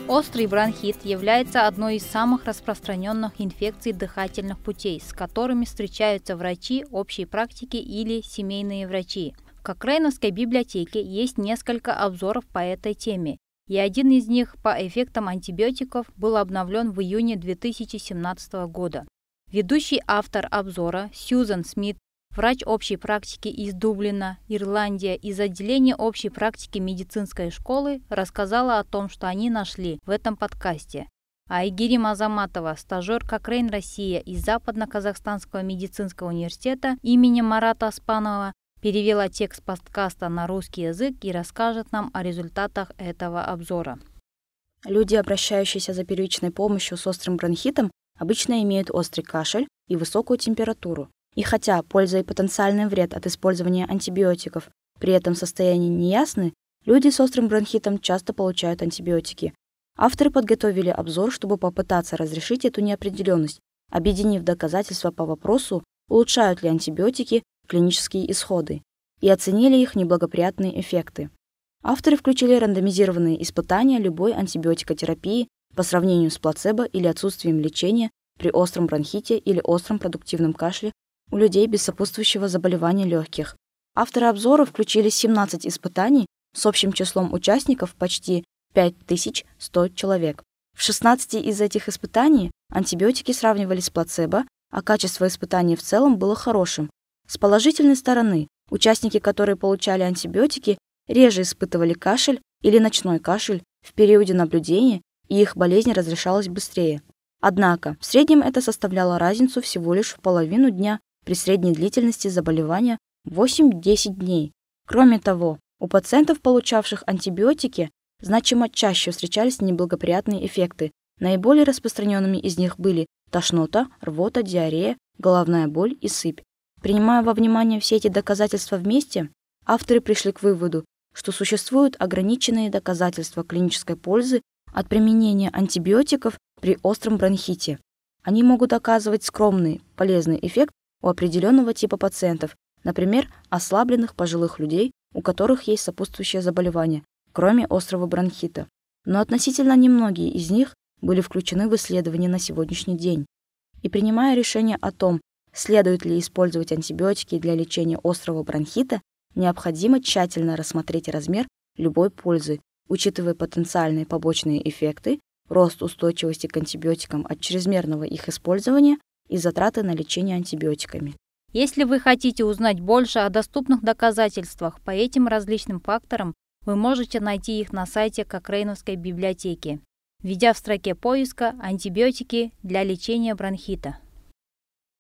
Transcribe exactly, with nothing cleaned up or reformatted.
Острый бронхит является одной из самых распространенных инфекций дыхательных путей, с которыми встречаются врачи общей практики или семейные врачи. В Кокрейновской библиотеке есть несколько обзоров по этой теме, и один из них по эффектам антибиотиков был обновлен в июне две тысячи семнадцатого года. Ведущий автор обзора Сьюзан Смит, врач общей практики из Дублина, Ирландия, из отделения общей практики медицинской школы, рассказала о том, что они нашли в этом подкасте. А Айгерим Азаматова, стажер Кокрейн Россия из Западно-Казахстанского медицинского университета имени Марата Оспанова, перевела текст подкаста на русский язык и расскажет нам о результатах этого обзора. Люди, обращающиеся за первичной помощью с острым бронхитом, обычно имеют острый кашель и высокую температуру. И хотя польза и потенциальный вред от использования антибиотиков при этом состоянии не ясны, люди с острым бронхитом часто получают антибиотики. Авторы подготовили обзор, чтобы попытаться разрешить эту неопределенность, объединив доказательства по вопросу, улучшают ли антибиотики клинические исходы, и оценили их неблагоприятные эффекты. Авторы включили рандомизированные испытания любой антибиотикотерапии по сравнению с плацебо или отсутствием лечения при остром бронхите или остром продуктивном кашле у людей без сопутствующего заболевания легких. Авторы обзора включили семнадцать испытаний с общим числом участников почти пять тысяч сто человек. В шестнадцати из этих испытаний антибиотики сравнивали с плацебо, а качество испытаний в целом было хорошим. С положительной стороны, участники, которые получали антибиотики, реже испытывали кашель или ночной кашель в периоде наблюдения, и их болезнь разрешалась быстрее. Однако, в среднем это составляло разницу всего лишь в половину дня при средней длительности заболевания восемь-десять дней. Кроме того, у пациентов, получавших антибиотики, значимо чаще встречались неблагоприятные эффекты. Наиболее распространенными из них были тошнота, рвота, диарея, головная боль и сыпь. Принимая во внимание все эти доказательства вместе, авторы пришли к выводу, что существуют ограниченные доказательства клинической пользы от применения антибиотиков при остром бронхите. Они могут оказывать скромный полезный эффект у определенного типа пациентов, например, ослабленных пожилых людей, у которых есть сопутствующее заболевание, кроме острого бронхита. Но относительно немногие из них были включены в исследования на сегодняшний день. И принимая решение о том, следует ли использовать антибиотики для лечения острого бронхита, необходимо тщательно рассмотреть размер любой пользы, учитывая потенциальные побочные эффекты, рост устойчивости к антибиотикам от чрезмерного их использования и затраты на лечение антибиотиками. Если вы хотите узнать больше о доступных доказательствах по этим различным факторам, вы можете найти их на сайте Кокрейновской библиотеки, введя в строке поиска «Антибиотики для лечения бронхита».